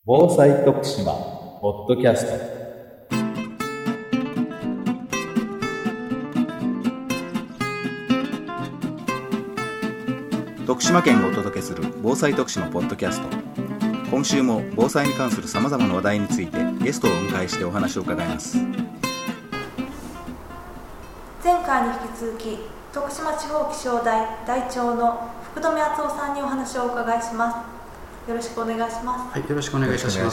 防災徳島ポッドキャスト。 徳島県がお届けする防災徳島ポッドキャスト。今週も防災に関するさまざまな話題についてゲストをお迎えしてお話を伺います。 前回に引き続き徳島地方気象台台長の福留敦夫さんにお話をお伺いします。よろしくお願いします。 はい、よろしくお願いいたします。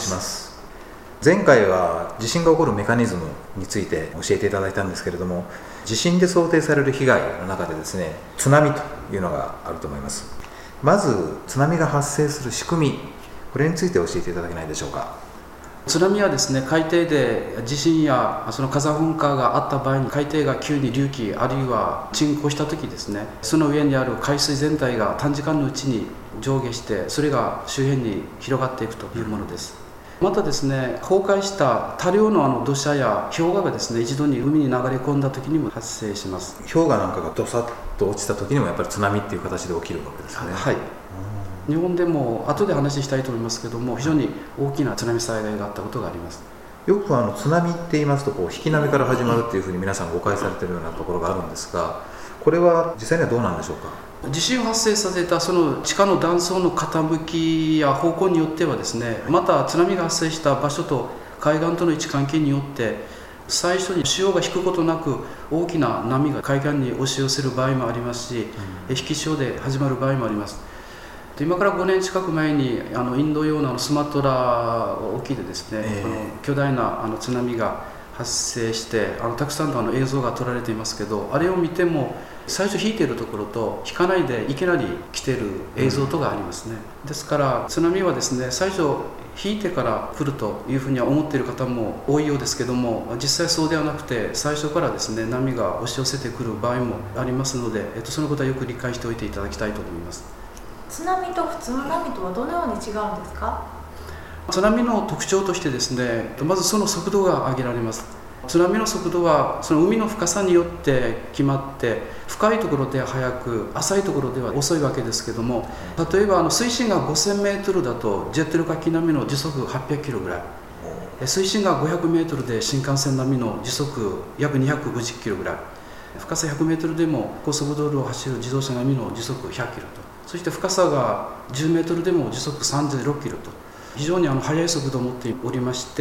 前回は地震が起こるメカニズムについて教えていただいたんですけれども、地震で想定される被害の中でですね、津波というのがあると思います。まず津波が発生する仕組み、これについて教えていただけないでしょうか。 津波はですね、海底で地震やその火山噴火があった場合に、海底が急に隆起あるいは沈降した時ですね、その上にある海水全体が短時間のうちに上下して、それが周辺に広がっていくというものです。またですね、崩壊した多量の土砂や氷河がですね、一度に海に流れ込んだ時にも発生します。 氷河なんかがドサッと落ちた時にもやっぱり津波っていう形で起きるわけですね。 はい、日本でも後で話したいと思いますけども、非常に大きな津波災害があったことがあります。 よく津波って言いますと引き波から始まるっていうふうに皆さん誤解されているようなところがあるんですが、これは実際にはどうなんでしょうか。 地震を発生させたその地下の断層の傾きや方向によってはですね、また津波が発生した場所と海岸との位置関係によって最初に潮が引くことなく大きな波が海岸に押し寄せる場合もありますし、引き潮で始まる場合もあります。今から5年近く前にインド洋のスマトラ沖でですね、この巨大な津波が発生してたくさんの映像が撮られていますけど、あれを見ても最初引いているところと引かないでいきなり来ている映像とかありますね。ですから津波はですね、最初引いてから来るというふうには思っている方も多いようですけども、実際そうではなくて最初からですね、波が押し寄せてくる場合もありますので、そのことはよく理解しておいていただきたいと思います。 津波と普通の波とはどのように違うんですか。 津波の特徴としてですね、まずその速度が挙げられます。津波の速度はその海の深さによって決まって、深いところでは速く浅いところでは遅いわけですけども、例えば水深が5000メートルだとジェット旅客機並みの時速800キロぐらい、水深が500メートルで新幹線並みの時速約250キロぐらい、深さ100メートルでも高速道路を走る自動車並みの時速100キロと、そして深さが10メートルでも時速36キロと、非常に速い速度を持っておりまして、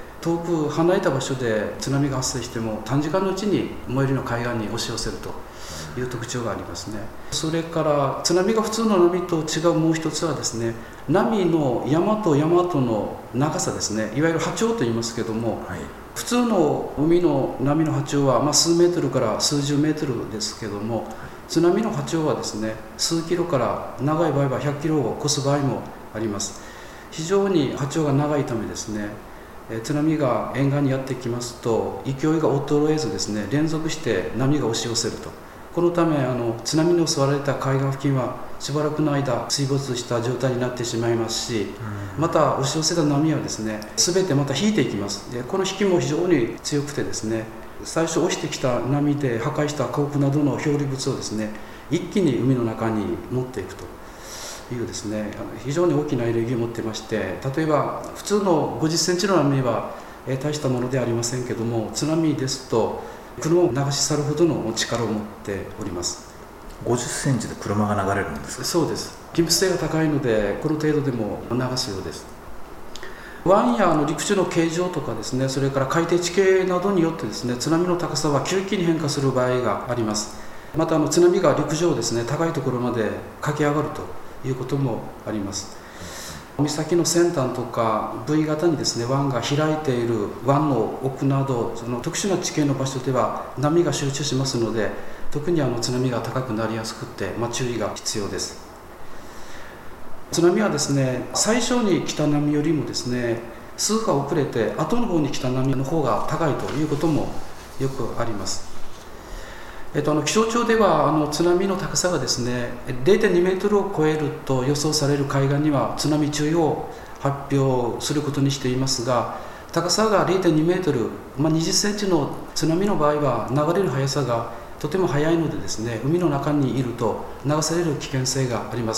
遠く離れた場所で津波が発生しても短時間のうちに最寄りの海岸に押し寄せるという特徴がありますね。それから津波が普通の波と違うもう一つはですね、波の山と山との長さですね、いわゆる波長と言いますけども、普通の海の波の波長は数メートルから数十メートルですけども、津波の波長はですね、数キロから長い場合は100キロを超す場合もあります。非常に波長が長いためですね、津波が沿岸にやってきますと勢いが衰えずですね、連続して波が押し寄せると。このため津波に襲われた海岸付近はしばらくの間水没した状態になってしまいますし、また押し寄せた波はですね、全てまた引いていきます。でこの引きも非常に強くてですね、最初押してきた波で破壊した家屋などの漂流物をですね、一気に海の中に持っていくというですね、非常に大きなエネルギーを持ってまして、例えば普通の50センチの波は大したものではありませんけども、津波ですと車を流し去るほどの力を持っております。 50センチで車が流れるんですか。 そうです。気密性が高いのでこの程度でも流すようです。湾や陸地の形状とかですね、それから海底地形などによってですね、津波の高さは急激に変化する場合があります。また津波が陸上ですね、高いところまで駆け上がるということもあります。岬の先端とか V 型にですね、湾が開いている湾の奥など、その特殊な地形の場所では波が集中しますので、特に津波が高くなりやすくて、注意が必要です。津波はですね、最初に来た波よりもですね、数波遅れて後の方に来た波の方が高いということもよくあります。気象庁では津波の高さがですね 0.2 メートルを超えると予想される海岸には津波注意を発表することにしていますが、高さが 0.2 メートル、20センチの津波の場合は流れる速さがとても速いのでですね、海の中にいると流される危険性があります。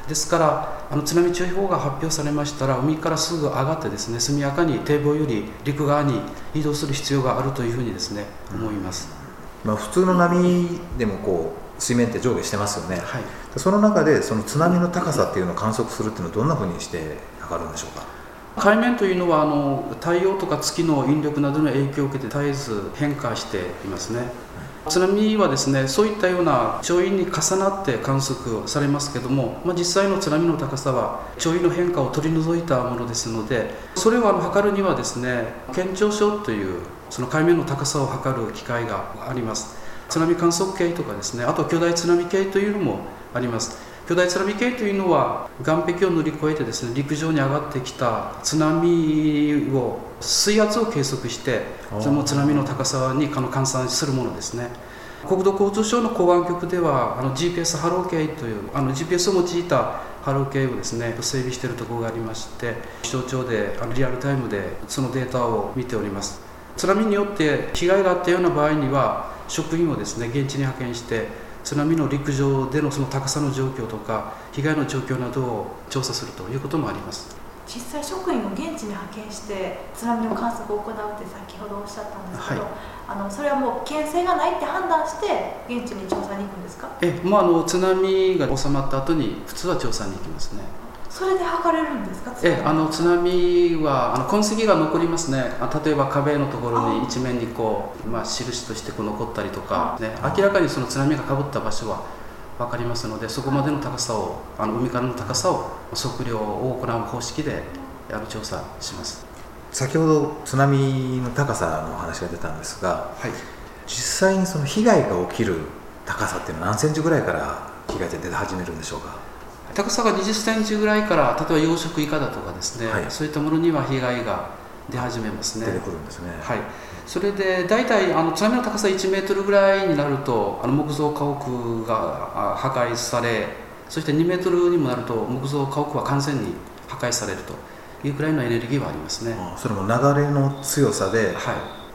ですから津波注意報が発表されましたら、海からすぐ上がってですね、速やかに堤防より陸側に移動する必要があるというふうにですね、思います。 普通の波でも水面って上下してますよね、 はい、 その中でその津波の高さっていうのを観測するっていうのはどんなふうにして測るんでしょうか。 海面というのは太陽とか月の引力などの影響を受けて絶えず変化していますね。津波はですね、そういったような潮位に重なって観測されますけども、実際の津波の高さは潮位の変化を取り除いたものですので、それを測るにはですね、県潮証というその海面の高さを測る機械があります。津波観測計とかですね、あと巨大津波計というのもあります。巨大津波計というのは岸壁を乗り越えてですね、陸上に上がってきた津波を水圧を計測して、その津波の高さに換算するものですね。国土交通省の港湾局ではGPS 波浪計というGPS を用いた波浪計をですね、整備しているところがありまして、気象庁でリアルタイムでそのデータを見ております。津波によって被害があったような場合には、職員をですね、現地に派遣して津波の陸上でのその高さの状況とか被害の状況などを調査するということもあります。 実際職員を現地に派遣して津波の観測を行うって先ほどおっしゃったんですけど、はい、それはもう危険性がないって判断して現地に調査に行くんですか？ 津波が収まった後に普通は調査に行きますね。 それで測れるんですか？ 津波は痕跡が残りますね。例えば壁のところに一面に印として残ったりとか、ね、明らかにその津波がかぶった場所は分かりますので、そこまでの高さを海からの高さを測量を行う方式で調査します。 先ほど津波の高さの話が出たんですが、 はい、 実際にその被害が起きる高さっていうのは何センチぐらいから被害って出始めるんでしょうか？ 高さが20センチぐらいから、例えば養殖イカだとかですね、はい、そういったものには被害が出始めますね。 出てくるんですね。 はい、それで大体津波の高さ1メートルぐらいになると木造家屋が破壊され、そして2メートルにもなると木造家屋は完全に破壊されるというくらいのエネルギーはありますね。 それも流れの強さで、 はい、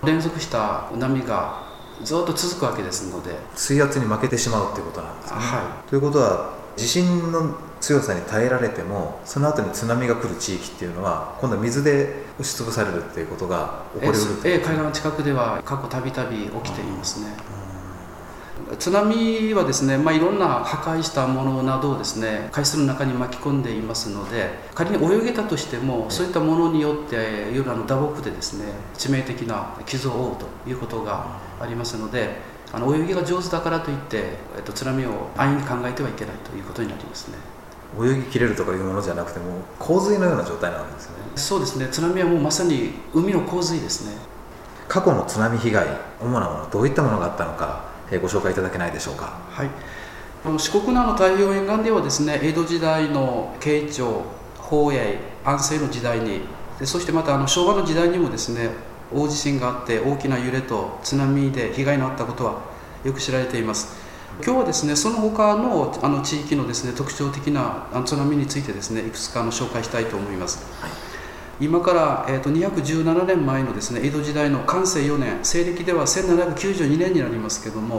連続した波がずっと続くわけですので、 水圧に負けてしまうということなんですね。 はい、 ということは地震の強さに耐えられても、その後に津波が来る地域っていうのは今度は水で押しつぶされるっていうことが起こりうるという。 海岸近くでは過去たびたび起きていますね。津波はですね、いろんな破壊したものなどをですね、海水の中に巻き込んでいますので、仮に泳げたとしても、そういったものによって夜打撲でですね、致命的な傷を負うということがありますので、泳ぎが上手だからといって、津波を安易に考えてはいけないということになりますね。 泳ぎきれるとかいうものじゃなくても洪水のような状態なわけですね。 そうですね。津波はもうまさに海の洪水ですね。 過去の津波被害、主なものどういったものがあったのか、ご紹介いただけないでしょうか。 はい、四国の太平洋沿岸ではですね、江戸時代の慶長、宝永、安政の時代に、そしてまた昭和の時代にもですね、大地震があって大きな揺れと津波で被害のあったことはよく知られています。今日はですね、その他の地域のですね、特徴的な津波についてですね、いくつか紹介したいと思います。はい、今から217年前のですね、江戸時代の寛政4年、西暦では1792年になりますけれども、はい、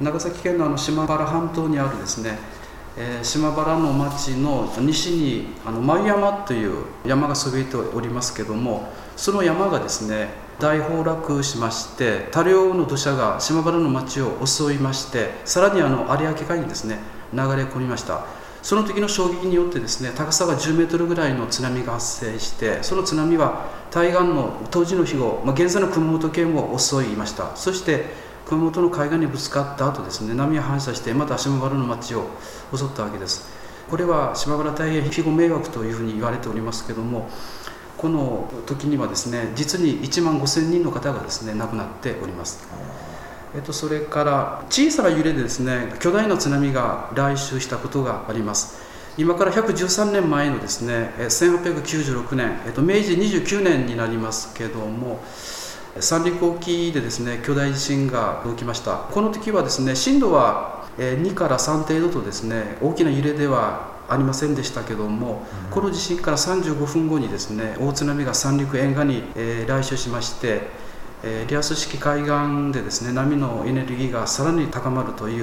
長崎県の島原半島にあるですね、島原の町の西に眉山という山がそびえておりますけれども、その山がですね、大崩落しまして、多量の土砂が島原の町を襲いまして、さらに有明海にですね、流れ込みました。その時の衝撃によってですね、高さが10メートルぐらいの津波が発生して、その津波は対岸の当時の肥後、現在の熊本県を襲いました。そして熊本の海岸にぶつかった後ですね、波が反射してまた島原の町を襲ったわけです。これは島原大変肥後迷惑というふうに言われておりますけども、この時にはですね、実に1万5000人の方がですね、亡くなっております。それから小さな揺れでですね、巨大な津波が来襲したことがあります。今から113年前のですね、1896年、明治29年になりますけども、三陸沖でですね、巨大地震が起きました。この時はですね、震度は2から3程度とですね、大きな揺れではありませんでしたけども、この地震から35分後にですね、大津波が三陸沿岸に来襲しまして、リアス式海岸でですね、波のエネルギーがさらに高まるという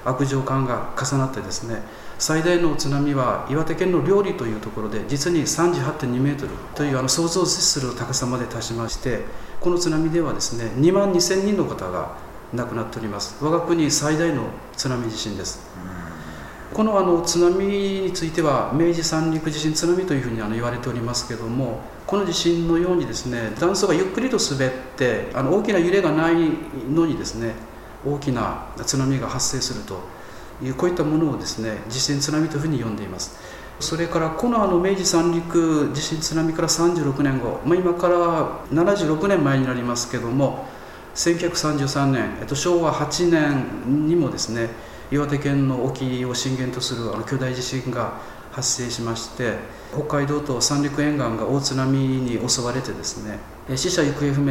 悪条干が重なってですね、最大の津波は岩手県の綾里というところで実に 38.2 メートルという想像を絶する高さまで達しまして、この津波ではですね2万2000人の方が亡くなっております。我が国最大の津波地震です。この津波については明治三陸地震津波というふうに言われておりますけども、この地震のようにですね断層がゆっくりと滑って大きな揺れがないのにですね大きな津波が発生するというこういったものをですね地震津波というふうに呼んでいます。それからこの明治三陸地震津波から36年後、今から76年前になりますけども、1933年、昭和8年にもですね岩手県の沖を震源とする巨大地震が発生しまして、北海道と三陸沿岸が大津波に襲われてですね、死者行方不明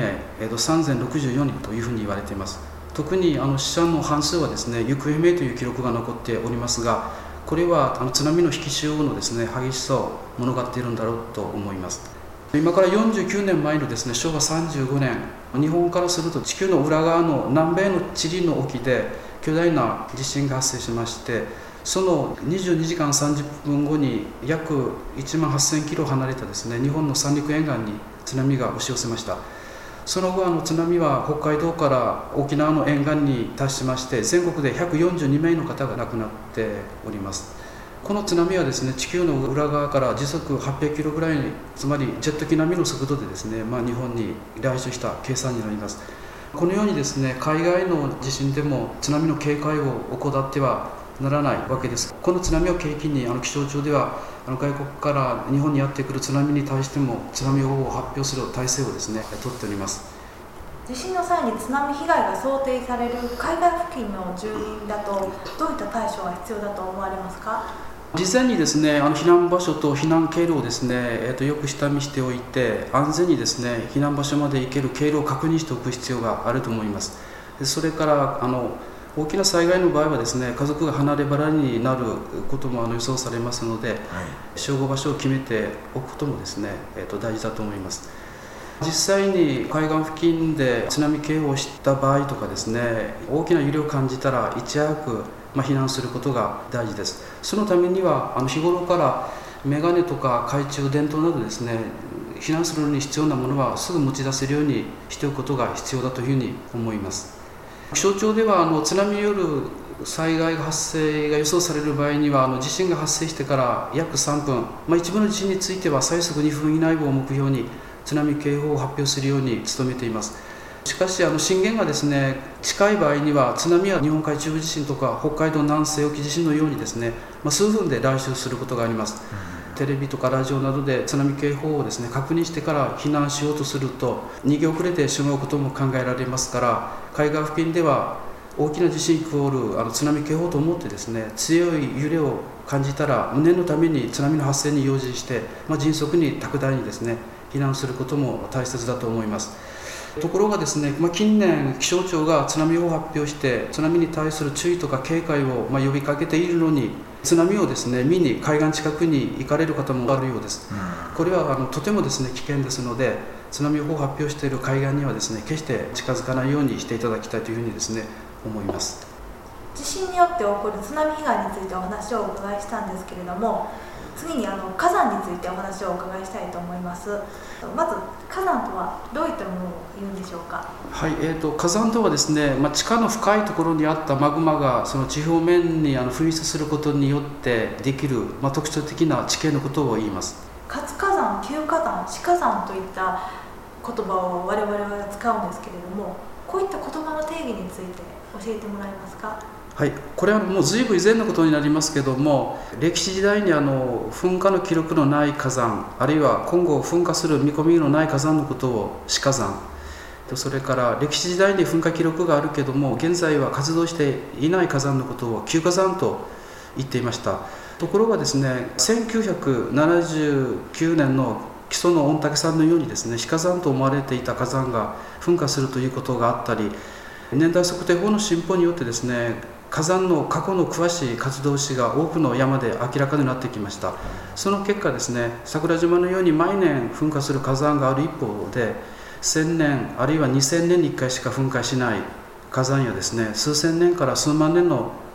3064人というふうに言われています。特に死者の半数はですね行方不明という記録が残っておりますが、これは津波の引き潮のですね激しさを物語っているんだろうと思います。今から49年前のですね昭和35年、日本からすると地球の裏側の南米のチリの沖で巨大な地震が発生しまして、その22時間30分後に約1万8000キロ離れたですね日本の三陸沿岸に津波が押し寄せました。その後津波は北海道から沖縄の沿岸に達しまして、全国で142名の方が亡くなっております。この津波はですね地球の裏側から時速800キロぐらいに、つまりジェット機並みの速度でですね、日本に来襲した計算になります。このようにですね海外の地震でも津波の警戒を怠ってはならないわけです。この津波を契機に気象庁では外国から日本にやってくる津波に対しても津波予報を発表する体制をですね取っております。 地震の際に津波被害が想定される海岸付近の住民だとどういった対処が必要だと思われますか？ 事前にですね避難場所と避難経路をですね、よく下見しておいて、安全にですね避難場所まで行ける経路を確認しておく必要があると思います。それから大きな災害の場合はですね家族が離れ離れになることも予想されますので、集合場所を決めておくこともですね、大事だと思います。実際に海岸付近で津波警報を知った場合とかですね、大きな揺れを感じたらいち早く避難することが大事です。そのためには日頃からメガネとか懐中電灯などですね避難するのに必要なものはすぐ持ち出せるようにしておくことが必要だというふうに思います。気象庁では津波による災害発生が予想される場合には地震が発生してから約3分、一部の地震については最速2分以内を目標に津波警報を発表するように努めています。しかし震源がですね近い場合には津波は日本海中部地震とか北海道南西沖地震のようにですね、数分で来襲することがあります。テレビとかラジオなどで津波警報をですね確認してから避難しようとすると逃げ遅れてしまうことも考えられますから、海岸付近では大きな地震イコール津波警報と思ってですね強い揺れを感じたら念のために津波の発生に用心して、迅速に高台にですね避難することも大切だと思います。ところがですね、近年気象庁が津波予報を発表して津波に対する注意とか警戒を呼びかけているのに、津波をですね見に海岸近くに行かれる方もあるようです。これはとてもですね危険ですので、津波予報を発表している海岸にはですね決して近づかないようにしていただきたいというふうにですね思います。 地震によって起こる津波被害についてお話をお伺いしたんですけれども、次に火山についてお話をお伺いしたいと思います。まず火山とはどういったものを言うんでしょうか？ はい、火山とはですね、地下の深いところにあったマグマがその地表面に噴出することによってできる、特徴的な地形のことを言います。 活火山、休火山、死火山といった言葉を我々は使うんですけれども、こういった言葉の定義について教えてもらえますか？ はい、これはもう随分以前のことになりますけども、歴史時代に噴火の記録のない火山、あるいは今後噴火する見込みのない火山のことを死火山、それから歴史時代に噴火記録があるけども現在は活動していない火山のことを休火山と言っていました。ところがですね、1979年の木曽の御嶽山のようにですね死火山と思われていた火山が噴火するということがあったり、年代測定法の進歩によってですね火山の過去の詳しい活動史が多くの山で明らかになってきました。その結果ですね、桜島のように毎年噴火する火山がある一方で、1000年あるいは2000年に1回しか噴火しない火山やですね、数千年から数万年の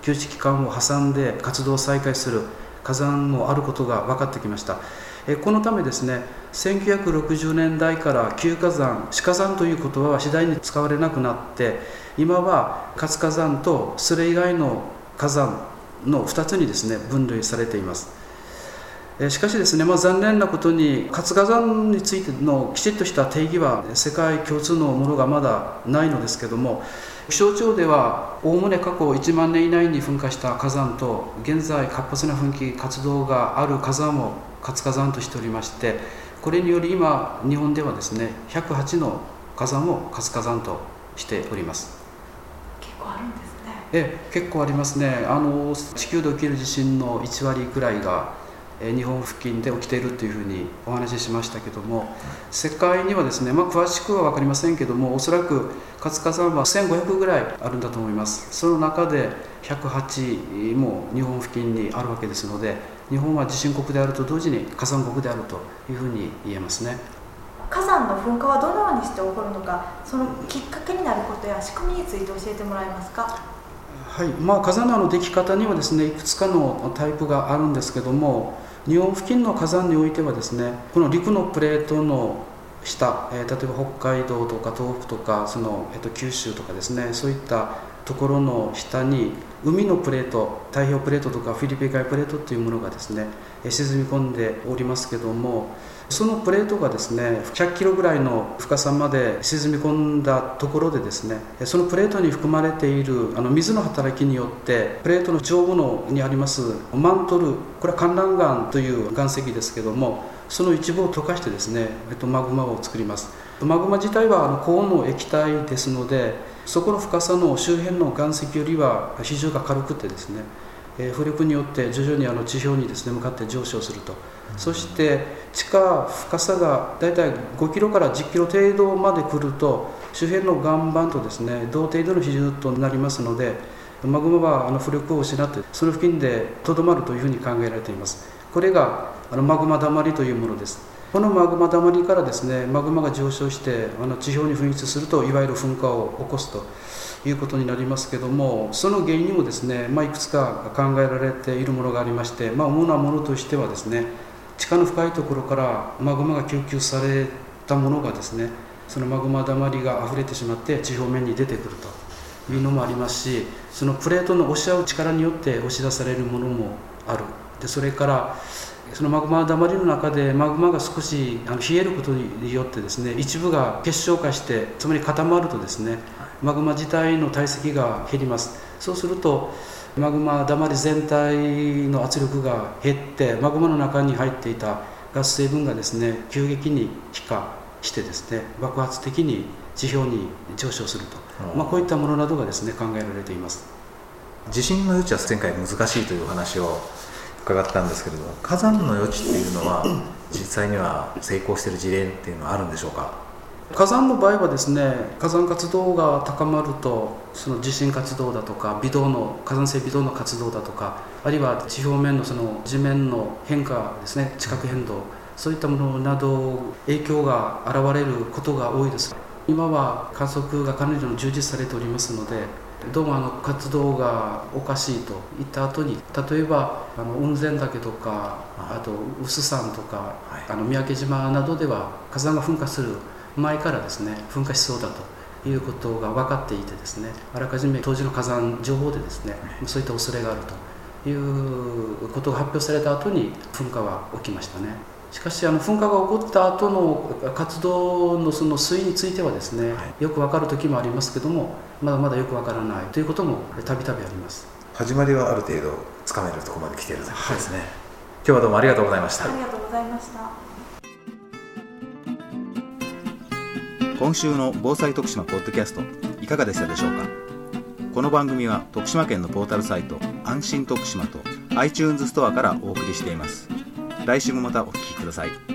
休止期間を挟んで活動を再開する火山もあることが分かってきました。このためですね、1960年代から旧火山、死火山という言葉は次第に使われなくなって、今は活火山とそれ以外の火山の2つにですね分類されています。しかしですね、残念なことに活火山についてのきちっとした定義は世界共通のものがまだないのですけども、気象庁ではおおむね過去1万年以内に噴火した火山と現在活発な噴気活動がある火山を活火山としておりまして、これにより今日本ではですね108の火山を活火山としております。 結構あるんですね。 結構ありますね。地球で起きる地震の1割くらいが日本付近で起きているというふうにお話ししましたけども、世界にはですね、詳しくは分かりませんけども、おそらく活火山は1500ぐらいあるんだと思います。その中で108も日本付近にあるわけですので、日本は地震国であると同時に火山国であるというふうに言えますね。 火山の噴火はどのようにして起こるのか、そのきっかけになることや仕組みについて教えてもらえますか。 はい、火山のでき方にはですねいくつかのタイプがあるんですけども、日本付近の火山においてはですね、この陸のプレートの下、例えば北海道とか東北とか九州とかですね、そういったところの下に海のプレート、太平洋プレートとかフィリピン海プレートというものがですね沈み込んでおりますけども、そのプレートがですね100キロぐらいの深さまで沈み込んだところでですね、そのプレートに含まれている水の働きによってプレートの上部にありますマントル、これはかんらん岩という岩石ですけども、その一部を溶かしてですねマグマを作ります。マグマ自体は高温の液体ですので、そこの深さの周辺の岩石よりは比重が軽くてですね、浮力によって徐々に地表にですね向かって上昇すると。そして地下深さがだいたい5キロから10キロ程度まで来ると、周辺の岩盤とですね同程度の比重となりますので、マグマは浮力を失ってその付近でとどまるというふうに考えられています。これがマグマだまりというものです。このマグマだまりからですねマグマが上昇して地表に噴出すると、いわゆる噴火を起こすということになりますけども、その原因にもですね、いくつか考えられているものがありまして、主なものとしてはですね、地下の深いところからマグマが供給されたものがですね、そのマグマだまりが溢れてしまって地表面に出てくるというのもありますし、そのプレートの押し合う力によって押し出されるものもある。でそれからそのマグマだまりの中でマグマが少し冷えることによってですね、一部が結晶化して、つまり固まるとですね、マグマ自体の体積が減ります。そうするとマグマだまり全体の圧力が減って、マグマの中に入っていたガス成分がですね急激に気化してですね爆発的に地表に上昇すると、こういったものなどがですね考えられています。 地震の予知は前回難しいというお話を伺ったんですけれども、火山の予知っていうのは実際には成功している事例っていうのはあるんでしょうか。 火山の場合はですね、火山活動が高まると、その地震活動だとか火山性微動の活動だとか、あるいは地表面のその地面の変化ですね、地殻変動、そういったものなど影響が現れることが多いです。今は観測がかなりの充実されておりますので、どうも活動がおかしいといった後に、例えば雲仙岳とか、あと有珠山とか、三宅島などでは火山が噴火する前からですね噴火しそうだということが分かっていてですね、あらかじめ当時の火山情報でですねそういった恐れがあるということが発表された後に噴火は起きましたね。しかし噴火が起こった後の活動のその推移についてはですね、よく分かる時もありますけども、まだまだよく分からないということもたびたびあります。 始まりはある程度つかめるところまで来ているということですね。今日はどうもありがとうございました。 ありがとうございました。 今週の防災徳島ポッドキャストいかがでしたでしょうか。この番組は徳島県のポータルサイト安心徳島と iTunes ストアからお送りしています。来週もまたお聞きください。